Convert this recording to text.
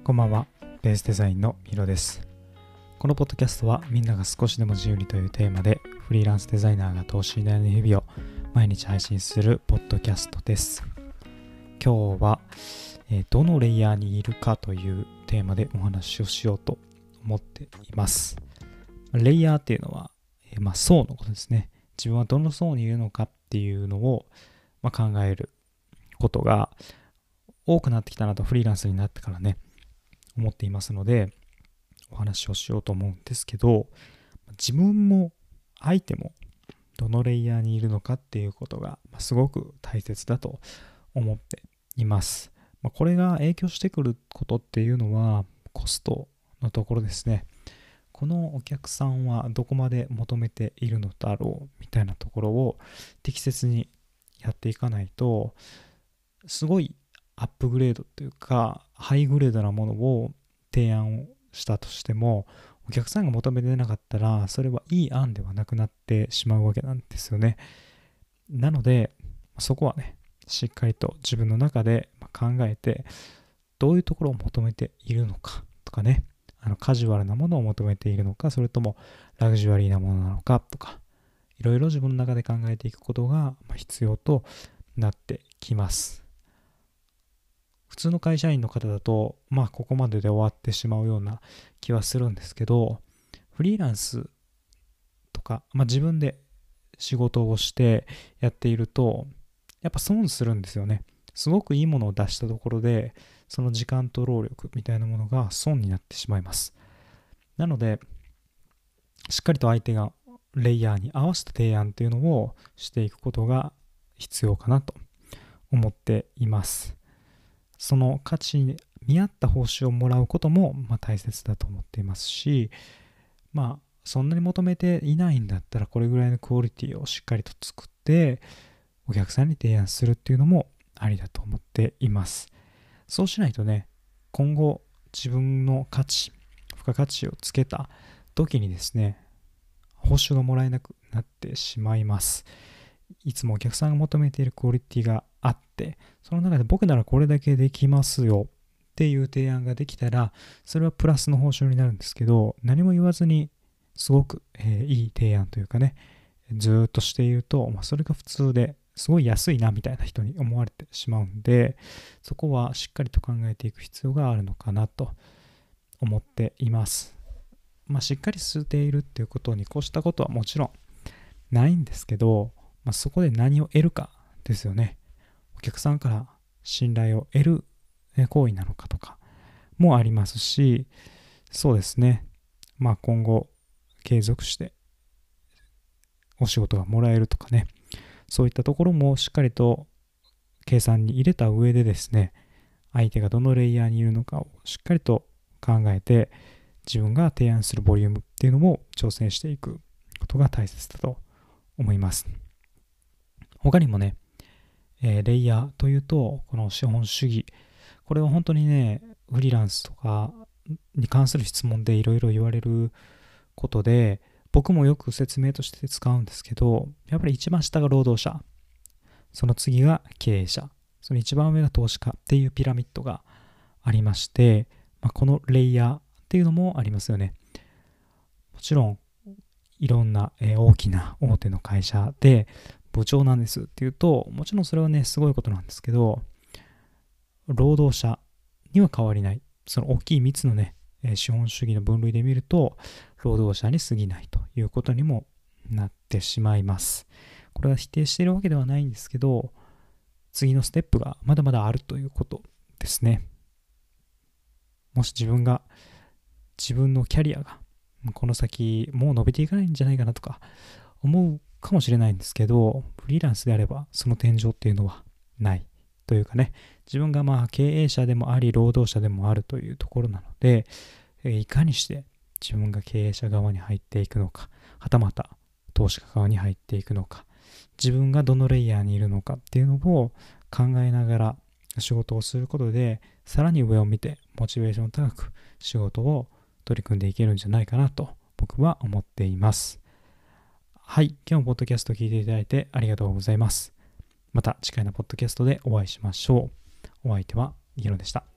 こんばんは、ベースデザインのヒロです。このポッドキャストはみんなが少しでも自由にというテーマでフリーランスデザイナーが等身大の日々を毎日配信するポッドキャストです。今日は、どのレイヤーにいるかというテーマでお話をしようと思っています。レイヤーっていうのは、層のことですね。自分はどの層にいるのかっていうのを、考えることが多くなってきたなとフリーランスになってからね思っていますのでお話をしようと思うんですけど、自分も相手もどのレイヤーにいるのかっていうことがすごく大切だと思っています。これが影響してくることっていうのはコストのところですね。このお客さんはどこまで求めているのだろうみたいなところを適切にやっていかないと、すごいアップグレードというかハイグレードなものを提案をしたとしても、お客さんが求めてなかったらそれはいい案ではなくなってしまうわけなんですよね。なのでそこはね、しっかりと自分の中で考えて、どういうところを求めているのかとかね、カジュアルなものを求めているのか、それともラグジュアリーなものなのかとか、いろいろ自分の中で考えていくことが必要となってきます。普通の会社員の方だとここまでで終わってしまうような気はするんですけど、フリーランスとか、自分で仕事をしてやっているとやっぱ損するんですよね。すごくいいものを出したところでその時間と労力みたいなものが損になってしまいます。なのでしっかりと相手がレイヤーに合わせた提案っていうのをしていくことが必要かなと思っています。その価値に見合った報酬をもらうことも大切だと思っていますし、そんなに求めていないんだったらこれぐらいのクオリティをしっかりと作ってお客さんに提案するっていうのもありだと思っています。そうしないとね、今後自分の価値、付加価値をつけた時にですね、報酬がもらえなくなってしまいます。いつもお客さんが求めているクオリティがあって、その中で僕ならこれだけできますよっていう提案ができたら、それはプラスの報酬になるんですけど、何も言わずにすごく、いい提案というかね、ずっとしていると、それが普通ですごい安いなみたいな人に思われてしまうんで、そこはしっかりと考えていく必要があるのかなと思っています。しっかりしているっていうことに越したことはもちろんないんですけど、そこで何を得るかですよね。お客さんから信頼を得る行為なのかとかもありますし、そうですね。今後継続してお仕事がもらえるとかね、そういったところもしっかりと計算に入れた上でですね、相手がどのレイヤーにいるのかをしっかりと考えて、自分が提案するボリュームっていうのも挑戦していくことが大切だと思います。他にもね、レイヤーというと、この資本主義、これは本当にね、フリーランスとかに関する質問でいろいろ言われることで、僕もよく説明として使うんですけど、やっぱり一番下が労働者、その次が経営者、その一番上が投資家っていうピラミッドがありまして、このレイヤーっていうのもありますよね。もちろんいろんな大きな大手の会社で部長なんですっていうと、もちろんそれはねすごいことなんですけど、労働者には変わりない。その大きい3つのね資本主義の分類で見ると労働者に過ぎないということにもなってしまいます。これは否定しているわけではないんですけど、次のステップがまだまだあるということですね。もし自分のキャリアがこの先もう伸びていかないんじゃないかなとか思うかもしれないんですけど、フリーランスであればその天井っていうのはないというかね、自分が経営者でもあり労働者でもあるというところなので、いかにして自分が経営者側に入っていくのか、はたまた投資家側に入っていくのか、自分がどのレイヤーにいるのかっていうのを考えながら仕事をすることで、さらに上を見てモチベーション高く仕事を取り組んでいけるんじゃないかなと僕は思っています。はい、今日もポッドキャストを聞いていただいてありがとうございます。また次回のポッドキャストでお会いしましょう。お相手はヒロでした。